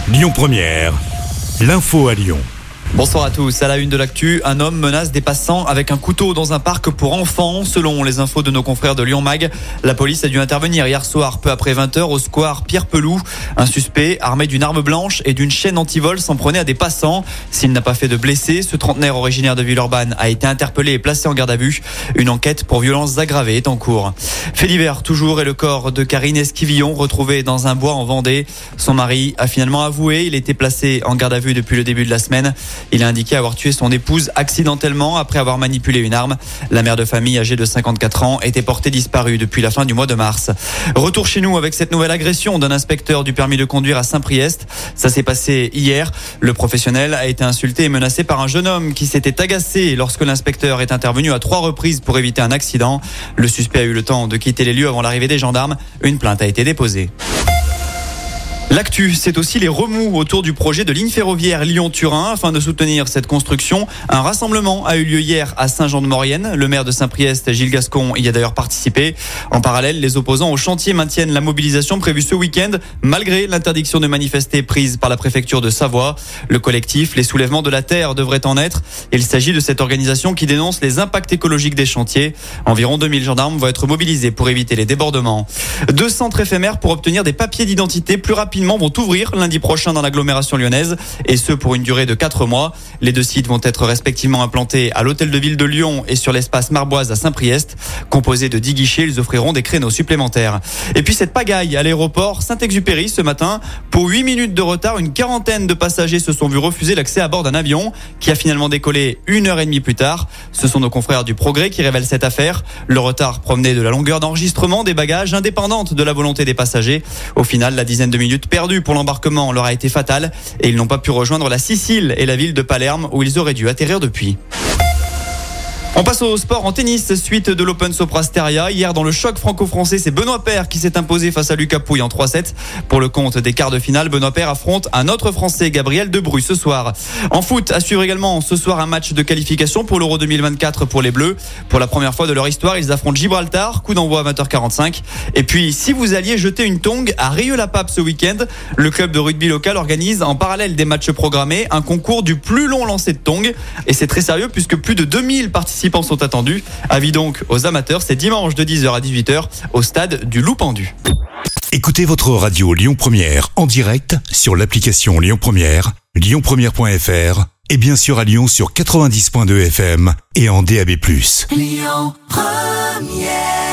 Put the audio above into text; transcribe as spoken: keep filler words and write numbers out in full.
Lyon Première, l'info à Lyon. Bonsoir à tous. À la une de l'actu, un homme menace des passants avec un couteau dans un parc pour enfants. Selon les infos de nos confrères de Lyon Mag, la police a dû intervenir hier soir peu après vingt heures au square Pierre Pelou. Un suspect armé d'une arme blanche et d'une chaîne anti-vol s'en prenait à des passants. S'il n'a pas fait de blessés, ce trentenaire originaire de Villeurbanne a été interpellé et placé en garde à vue. Une enquête pour violences aggravées est en cours. Fait divers toujours et le corps de Karine Esquivillon retrouvé dans un bois en Vendée. Son mari a finalement avoué. Il était placé en garde à vue depuis le début de la semaine. Il a indiqué avoir tué son épouse accidentellement après avoir manipulé une arme. La mère de famille âgée de cinquante-quatre ans était portée disparue depuis la fin du mois de mars. Retour chez nous avec cette nouvelle agression d'un inspecteur du permis de conduire à Saint-Priest. Ça s'est passé hier. Le professionnel a été insulté et menacé par un jeune homme qui s'était agacé lorsque l'inspecteur est intervenu à trois reprises pour éviter un accident. Le suspect a eu le temps de quitter les lieux avant l'arrivée des gendarmes. Une plainte a été déposée. L'actu, c'est aussi les remous autour du projet de ligne ferroviaire Lyon-Turin. Afin de soutenir cette construction, un rassemblement a eu lieu hier à Saint-Jean-de-Maurienne. Le maire de Saint-Priest, Gilles Gascon, y a d'ailleurs participé. En parallèle, les opposants au chantier maintiennent la mobilisation prévue ce week-end, malgré l'interdiction de manifester prise par la préfecture de Savoie. Le collectif Les Soulèvements de la Terre devrait en être. Il s'agit de cette organisation qui dénonce les impacts écologiques des chantiers. Environ deux mille gendarmes vont être mobilisés pour éviter les débordements. Deux centres éphémères pour obtenir des papiers d'identité plus rapidement vont ouvrir lundi prochain dans l'agglomération lyonnaise, et ce pour une durée de quatre mois. Les deux sites vont être respectivement implantés à l'hôtel de ville de Lyon et sur l'espace Marboise à Saint-Priest. Composés de dix guichets, ils offriront des créneaux supplémentaires. Et puis cette pagaille à l'aéroport Saint-Exupéry ce matin. Pour huit minutes de retard, une quarantaine de passagers se sont vus refuser l'accès à bord d'un avion qui a finalement décollé une heure et demie plus tard. Ce sont nos confrères du Progrès qui révèlent cette affaire. Le retard provenait de la longueur d'enregistrement des bagages indépendante de la volonté des passagers. Au final, la dizaine de minutes perdu pour l'embarquement leur a été fatale et ils n'ont pas pu rejoindre la Sicile et la ville de Palerme où ils auraient dû atterrir depuis. On passe au sport en tennis, suite de l'Open Soprasteria. Hier, dans le choc franco-français, c'est Benoît Paire qui s'est imposé face à Lucas Pouille en trois sept. Pour le compte des quarts de finale, Benoît Paire affronte un autre Français, Gabriel Debrue, ce soir. En foot, à suivre également ce soir un match de qualification pour l'Euro deux mille vingt-quatre pour les Bleus. Pour la première fois de leur histoire, ils affrontent Gibraltar, coup d'envoi à vingt heures quarante-cinq. Et puis, si vous alliez jeter une tongue à Rieux-la-Pape ce week-end, le club de rugby local organise en parallèle des matchs programmés un concours du plus long lancer de tongue. Et c'est très sérieux puisque plus de deux mille participants sont attendus. Avis donc aux amateurs, c'est dimanche de dix heures à dix-huit heures au stade du Loup Pendu. Écoutez votre radio Lyon Première en direct sur l'application Lyon Première, lyon première point f r et bien sûr à Lyon sur quatre-vingt-dix point deux F M et en D A B plus. Lyon Première.